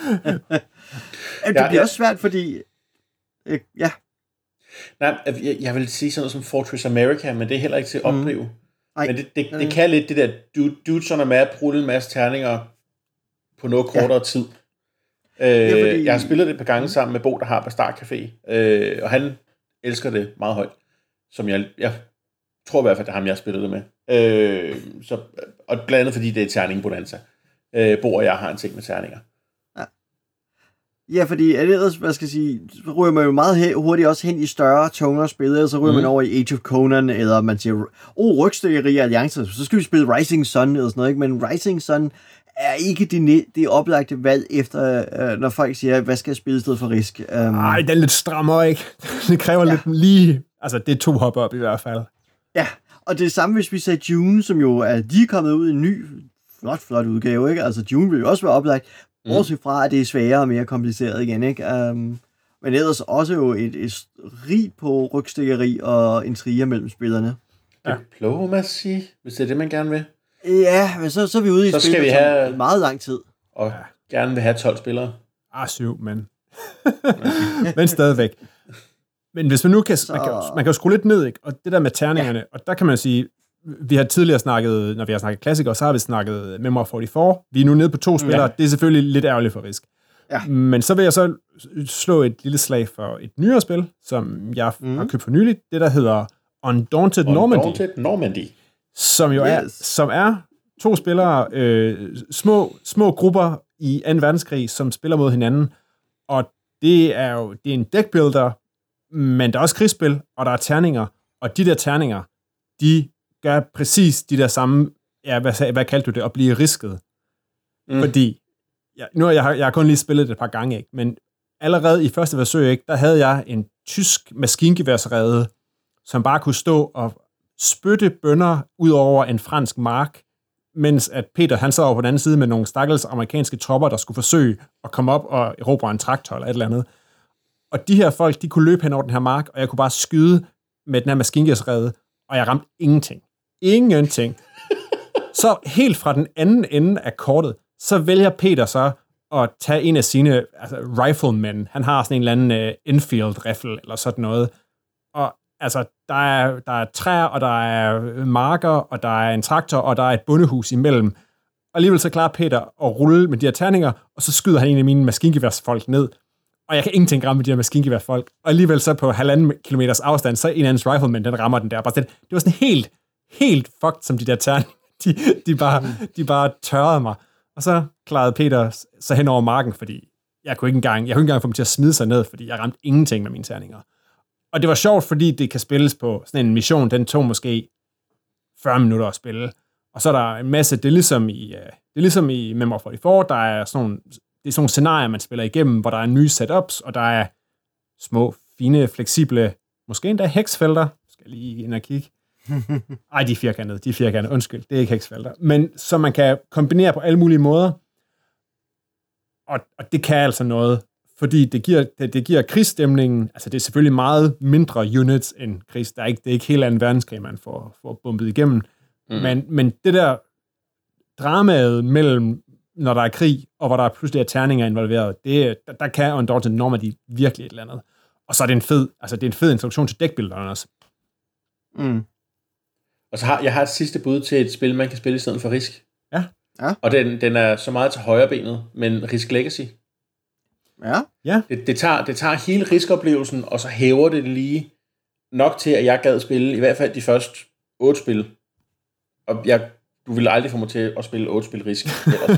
bliver ja, også svært, fordi... Øh, ja. Nej, jeg, jeg vil sige sådan noget som Fortress America, men det er heller ikke til at opdrive. Mm. Men det, det, det kan lidt det der, dude, dude sådan er med at rulle en masse terninger på noget kortere ja. tid. Øh, ja, fordi... Jeg har spillet det et par gange sammen med Bo, der har Bastard Café, øh, og han elsker det meget højt, som jeg, jeg tror i hvert fald, det er ham, jeg har spillet det med. Øh, så, og blandt andet fordi det er terning bonanza. Øh, Bo og jeg har en ting med terninger. Ja, ja fordi ellers, hvad skal jeg sige, så ryger man jo meget hurtigt også hen i større, tungere spil, eller så ryger mm. man over i Age of Conan, eller man siger, oh, rygstykkeri alliancer, så skal vi spille Rising Sun, eller sådan noget, ikke? Men Rising Sun er ikke det, det oplagte valg efter, øh, når folk siger, hvad skal jeg spille i stedet for Risk? Nej, um, det er lidt strammere, ikke? Det kræver ja. lidt lige... Altså, det er to hop op i hvert fald. Ja, og det er samme, hvis vi sagde Dune, som jo er lige kommet ud i en ny, flot, flot udgave, ikke? Altså, Dune vil jo også være oplagt, mm. bortset fra, at det er sværere og mere kompliceret igen, ikke? Um, men ellers også jo et, et rigt på rygstikkeri og intriger mellem spillerne. Ja. Diplomacy, hvis det er det, man gerne vil. Ja, men så, så er vi ude i så spillet have... meget lang tid. Og ja. gerne vil have tolv spillere. Ah, syv, men... men stadigvæk. Men hvis man nu kan... Så... Man, kan man kan jo skrue lidt ned, ikke? Og det der med terningerne, ja. og der kan man sige, vi har tidligere snakket, når vi har snakket klassikere, så har vi snakket Memoir fireogfyrre. Vi er nu nede på to spillere. Ja. Det er selvfølgelig lidt ærgerligt for Risk. Ja. Men så vil jeg så slå et lille slag for et nyere spil, som jeg mm. har købt for nyligt. Det, der hedder Undaunted, Normandy. Undaunted Normandy. Som jo er, yes. som er to spillere, øh, små, små grupper i anden verdenskrig, som spiller mod hinanden. Og det er jo det er en deckbuilder, men der er også krigsspil, og der er terninger. Og de der terninger, de gør præcis de der samme, ja, hvad, hvad kaldte du det, at blive risket. Mm. Fordi, ja, nu har jeg, jeg har kun lige spillet det et par gange, ikke? Men allerede i første forsøg, ikke, der havde jeg en tysk maskingeværsrede, som bare kunne stå og spytte bønner ud over en fransk mark, mens at Peter, han sad over på den anden side med nogle stakkels amerikanske tropper, der skulle forsøge at komme op og erobre en traktor eller et eller andet. Og de her folk, de kunne løbe hen over den her mark, og jeg kunne bare skyde med den her maskingeværsrede, og jeg ramte ingenting. Ingenting. Så helt fra den anden ende af kortet, så vælger Peter så at tage en af sine altså riflemen. Han har sådan en eller anden uh, Enfield-riffel eller sådan noget. Og altså, der er, der er træer, og der er marker, og der er en traktor, og der er et bondehus imellem. Og alligevel så klarer Peter at rulle med de her terninger, og så skyder han en af mine maskingeværsfolk ned. og jeg kan ingenting ramme med de her maskingevær folk. Og alligevel så på halvanden kilometers afstand, så en andens rifleman, den rammer den der. Bare sådan, det var sådan helt, helt fucked, som de der terninger. De, de, bare, de bare tørrede mig. Og så klarede Peter så hen over marken, fordi jeg kunne ikke engang, jeg kunne ikke engang få dem til at smide sig ned, fordi jeg ramte ingenting med mine terninger. Og det var sjovt, fordi det kan spilles på sådan en mission, den tog måske fyrre minutter at spille. Og så er der en masse, det er ligesom i, det er ligesom i Memory fyrre, der er sådan nogle, det er sådan nogle scenarier, man spiller igennem, hvor der er nye setups, og der er små, fine, fleksible, måske endda heksfelter. Skal jeg lige ind og kigge. Ej, de er firkantede, de er firkantede, undskyld, det er ikke heksfelter. Men så man kan kombinere på alle mulige måder, og, og det kan altså noget, fordi det giver, det, det giver krigsstemningen, altså det er selvfølgelig meget mindre units end krigs, der er ikke, det er ikke helt anden verdenskrig, man får, får bumpet igennem, mm. men, men det der dramaet mellem, når der er krig, og hvor der er pludselig er terninger involveret, det, der, der kan Undaunted Normandy virkelig et eller andet. Og så er det en fed, altså det er en fed introduktion til deckbuilderen også. Mm. Og så har jeg har et sidste bud til et spil, man kan spille i stedet for Risk. Ja. Ja. Og den, den er så meget til højre benet, men Risk Legacy. Ja. Ja. Det, det, tager, det tager hele Risk-oplevelsen, og så hæver det lige nok til, at jeg gad spille i hvert fald de første otte spil. Og jeg, du vil aldrig få mig til at spille otte spil Risk.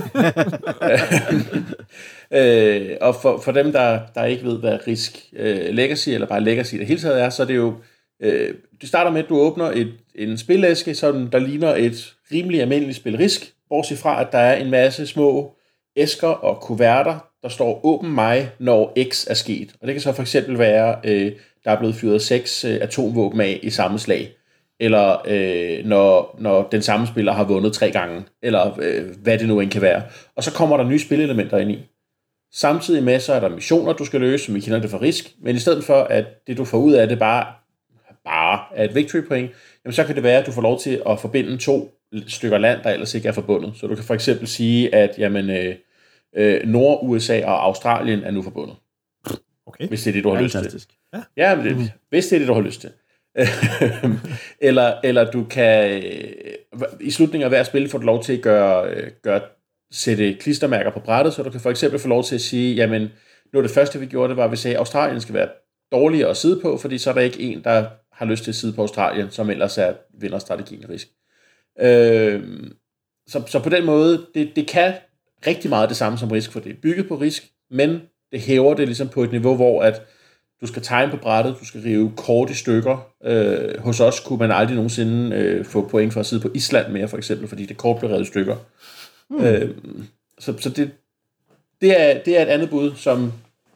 øh, og for, for dem, der, der ikke ved, hvad Risk øh, Legacy, eller bare Legacy det hele taget er, så er det jo, øh, det starter med, at du åbner et, en spilæske, som der ligner et rimelig almindeligt spil Risk, bortset fra, at der er en masse små æsker og kuverter, der står åben mig, når X er sket. Og det kan så for eksempel være, øh, der er blevet fyret seks øh, atomvåben af i samme slag, eller øh, når, når den samme spiller har vundet tre gange, eller øh, hvad det nu end kan være. Og så kommer der nye spillelementer ind i. Samtidig med, så er der missioner, du skal løse, som vi kender det fra Risk, men i stedet for, at det du får ud af det bare, bare er et victory point, jamen så kan det være, at du får lov til at forbinde to stykker land, der ellers ikke er forbundet. Så du kan for eksempel sige, at jamen, øh, øh, Nord-U S A og Australien er nu forbundet. Okay. Hvis det er det, du har lyst Fantastisk. til. Ja, ja men det, hvis det er det, du har lyst til. eller, eller du kan i slutningen af hver spil få lov til at gøre, gøre, sætte klistermærker på brættet, så du kan for eksempel få lov til at sige, jamen, nu det første vi gjorde, det var, at vi sagde, at Australien skal være dårligere at sidde på, fordi så er der ikke en, der har lyst til at sidde på Australien, som ellers er vinderstrategien i Risk. Øh, så, så på den måde, det, det kan rigtig meget det samme som Risk, for det er bygget på Risk, men det hæver det ligesom på et niveau, hvor at du skal tegne på brættet, du skal rive kort i stykker. Øh, hos os kunne man aldrig nogensinde øh, få point for at sidde på Island mere, for eksempel, fordi det kort blev revet i stykker. Mm. Øh, så så det, det, er, det er et andet bud, som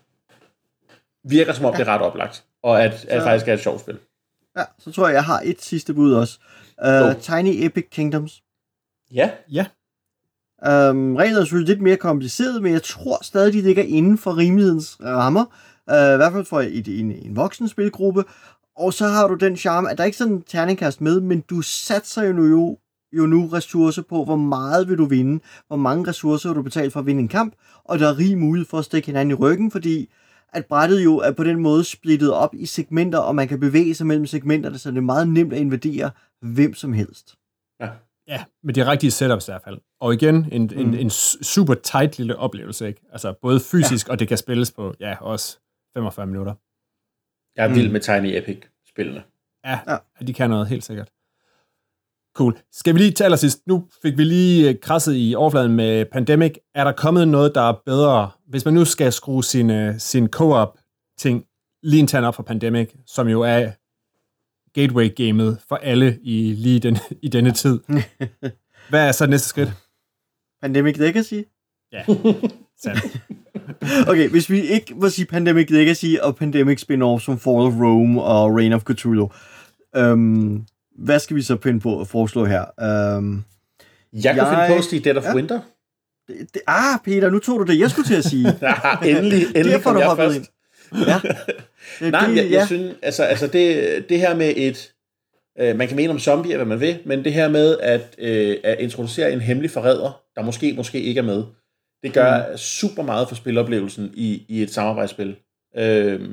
virker som om ja. det er ret oplagt, og at, at så, faktisk er et sjovt spil. Ja, så tror jeg, jeg har et sidste bud også. Uh, oh. Tiny Epic Kingdoms. Ja. Ja. Um, reglerne er selvfølgelig lidt mere kompliceret, men jeg tror stadig, de ligger inden for rimelighedens rammer. Uh, I hvert fald for et, en, en voksen spilgruppe. Og så har du den charme, at der ikke er sådan en terningkast med, men du satser jo nu, jo nu ressourcer på, hvor meget vil du vinde, hvor mange ressourcer vil du betale for at vinde en kamp, og der er rig mulighed for at stikke hinanden i ryggen, fordi at brættet jo er på den måde splittet op i segmenter, og man kan bevæge sig mellem segmenterne, så det er meget nemt at invadere hvem som helst. Ja. Ja, med de rigtige setups i hvert fald. Og igen, en, mm. en, en super tight lille oplevelse, ikke? Altså både fysisk, ja. og det kan spilles på, ja, også femogfyrre minutter. Jeg er vild med Tiny Epic-spillene. Ja, ja, de kan noget, helt sikkert. Cool. Skal vi lige til allersidst, nu fik vi lige krasset i overfladen med Pandemic. Er der kommet noget, der er bedre, hvis man nu skal skrue sin, sin co-op-ting lige en tand op for Pandemic, som jo er gateway-gamet for alle i lige den, i denne tid. Hvad er så næste skridt? Pandemic Legacy? Ja, sandt. Okay, hvis vi ikke må sige Pandemic Legacy og Pandemic spin-off som Fall of Rome og Reign of Cthulhu, øhm, hvad skal vi så finde på at foreslå her? Øhm, jeg kan jeg... finde på at sige Dead of ja. Winter. Det, det, ah, Peter, nu tog du det, jeg skulle til at sige. ja, endelig, endelig kom jeg først. Ind. Ja. Det, Nej, det, jeg, jeg ja. synes, altså, altså det, det her med et, øh, man kan mene om zombier, hvad man vil, men det her med at, øh, at introducere en hemmelig forræder, der måske, måske ikke er med, det gør mm. super meget for spiloplevelsen i, i et samarbejdsspil. Øh,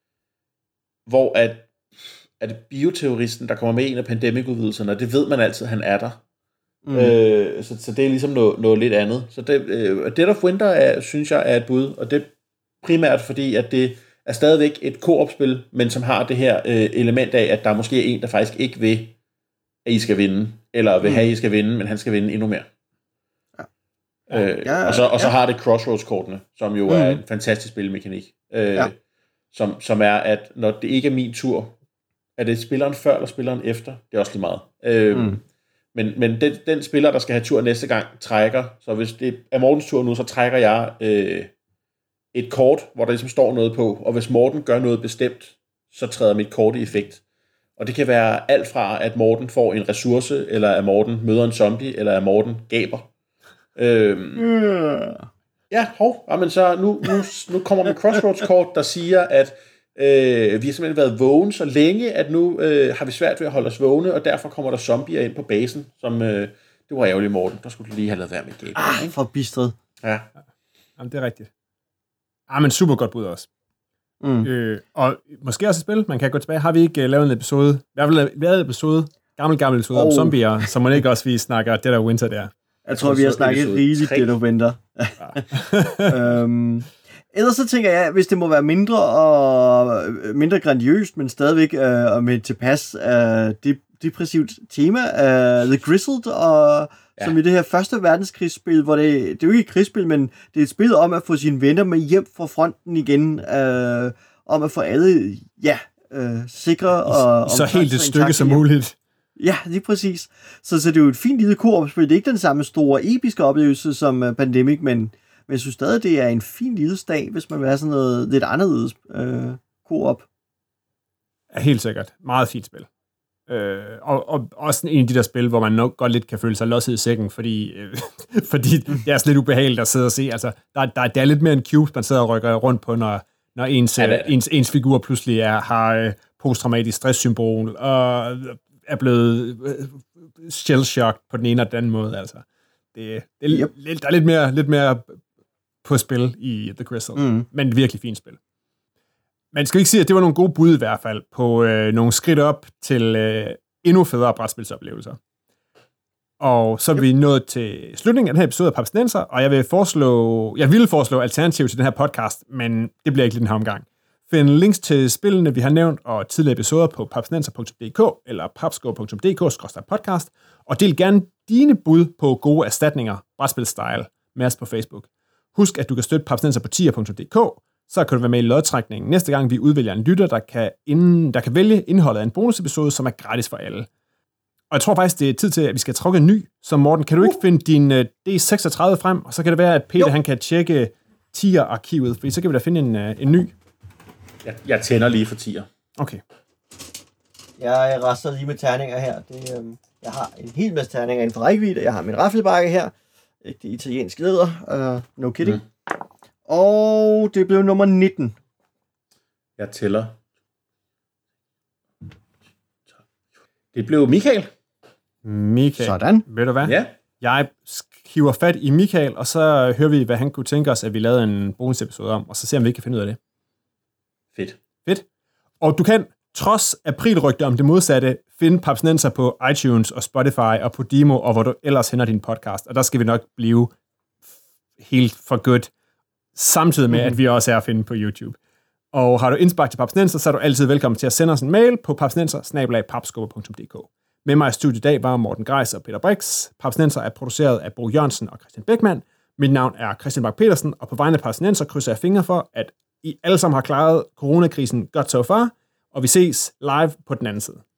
hvor at, at bioterroristen, der kommer med en af pandemic-udvidelserne, det ved man altid, han er der. Mm. Øh, så, så det er ligesom noget, noget lidt andet. Så det, øh, Dead of Winter er, synes jeg er et bud, og det primært fordi, at det er stadigvæk et koop-spil, men som har det her øh, element af, at der måske er en, der faktisk ikke vil, at I skal vinde, eller vil mm. have, at I skal vinde, men han skal vinde endnu mere. Ja. Øh, ja, og så, og så ja. har det Crossroads-kortene, som jo mm. er en fantastisk spilmekanik, øh, ja. som, som er, at når det ikke er min tur, er det spilleren før eller spilleren efter, det er også lige meget. Øh, mm. Men, men den, den spiller, der skal have tur næste gang, trækker, så hvis det er Mortens tur nu, så trækker jeg øh, et kort, hvor der ligesom står noget på, og hvis Morten gør noget bestemt, så træder mit kort i effekt. Og det kan være alt fra, at Morten får en ressource, eller at Morten møder en zombie, eller at Morten gaber. Øhm, yeah. Ja, hov, men så nu, nu, nu kommer mit Crossroads-kort, der siger, at øh, vi har simpelthen været vågen så længe, at nu øh, har vi svært ved at holde os vågne, og derfor kommer der zombier ind på basen, som, øh, det var ærgerligt, Morten, der skulle du lige have lavet være med gaber. Ah, for bistret. Ja. Jamen, det er rigtigt. Ah, men super godt bud også. Mm. Øh, og måske også et spil, man kan gå tilbage. Har vi ikke uh, lavet en episode, vi har vel lavet en episode, gammel, gammel episode oh. om zombier, så må det ikke også, vi snakker Dead of Winter der. Jeg tror, vi har snakket rigeligt Dead of Winter. øhm, ellers så tænker jeg, hvis det må være mindre og mindre grandiøst, men stadigvæk øh, og med tilpas øh, depressivt tema, øh, The Grizzled, og ja. som i det her første verdenskrigsspil, hvor det, det er jo ikke et krigsspil, men det er et spil om at få sine venner med hjem fra fronten igen, øh, om at få alle, ja, øh, sikre og... Så helt et stykke som muligt. Ja, lige præcis. Så, så det er jo et fint lille koop-spil. Det er ikke den samme store, episke oplevelse som uh, Pandemic, men, men jeg synes stadig, det er en fin lille dag, hvis man vil have sådan noget lidt anderledes øh, koop. Ja, helt sikkert. Meget fint spil. Øh, og, og også en af de der spil, hvor man nok godt lidt kan føle sig losset i sækken, fordi, øh, fordi det er lidt ubehageligt at sidde og se. Altså, der, der, der er lidt mere en cube, man sidder og rykker rundt på, når, når ens, ja, ens, ens figur pludselig er, har øh, posttraumatisk stresssymbol, og er blevet shell-shocked på den ene eller den anden måde. Altså. Det, det er, yep. lidt, der er lidt mere, lidt mere på spil i The Crystal, mm. men et virkelig fint spil. Man skal ikke sige, at det var nogle gode bud i hvert fald på øh, nogle skridt op til øh, endnu federe brætspilsoplevelser. Og så er vi nået til slutningen af den her episode af Papsnenser, og jeg vil foreslå, jeg vil foreslå alternativ til den her podcast, men det bliver ikke den her omgang. Find links til spillene, vi har nævnt, og tidligere episoder på papsnenser punktum d k eller papsko punktum d k skråstreg podcast, og del gerne dine bud på gode erstatninger, brætspilstyle, med os på Facebook. Husk, at du kan støtte papsnenser på tier punktum d k, så kan du være med i lodtrækningen næste gang, vi udvælger en lytter, der kan, inden, der kan vælge indholdet af en bonusepisode, som er gratis for alle. Og jeg tror faktisk, det er tid til, at vi skal trykke en ny. Så Morten, kan du ikke finde din uh, D seksogtredive frem, og så kan det være, at Peter han kan tjekke tier-arkivet, for så kan vi da finde en, uh, en ny. Jeg, jeg tænder lige for tier. Okay. Jeg raster lige med terninger her. Det, øh, jeg har en hel masse terninger inden for rækkevidde. Jeg har min raffelbakke her. Det italienske læder. Uh, no kidding. Mm. Og det blev nummer nitten. Jeg tæller. Det blev Michael. Michael. Sådan. Ved du hvad? Ja. Jeg hiver fat i Michael, og så hører vi, hvad han kunne tænke os, at vi lavede en bonusepisode om, og så ser vi, om vi ikke kan finde ud af det. Fedt. Fedt. Og du kan, trods aprilrygter om det modsatte, finde Papsnenser på iTunes og Spotify og på Demo, og hvor du ellers henter din podcast. Og der skal vi nok blive helt for godt, samtidig med, mm-hmm. at vi også er at finde på YouTube. Og har du indspark til Papsnenser, så er du altid velkommen til at sende os en mail på papsnenser bindestreg papskubber punktum d k. Med mig i studiet i dag var Morten Greis og Peter Brix. Papsnenser er produceret af Bo Jørgensen og Christian Beckmann. Mit navn er Christian Bak Petersen, og på vegne af Papsnenser krydser jeg fingre for, at I alle sammen har klaret coronakrisen godt so far, og vi ses live på den anden side.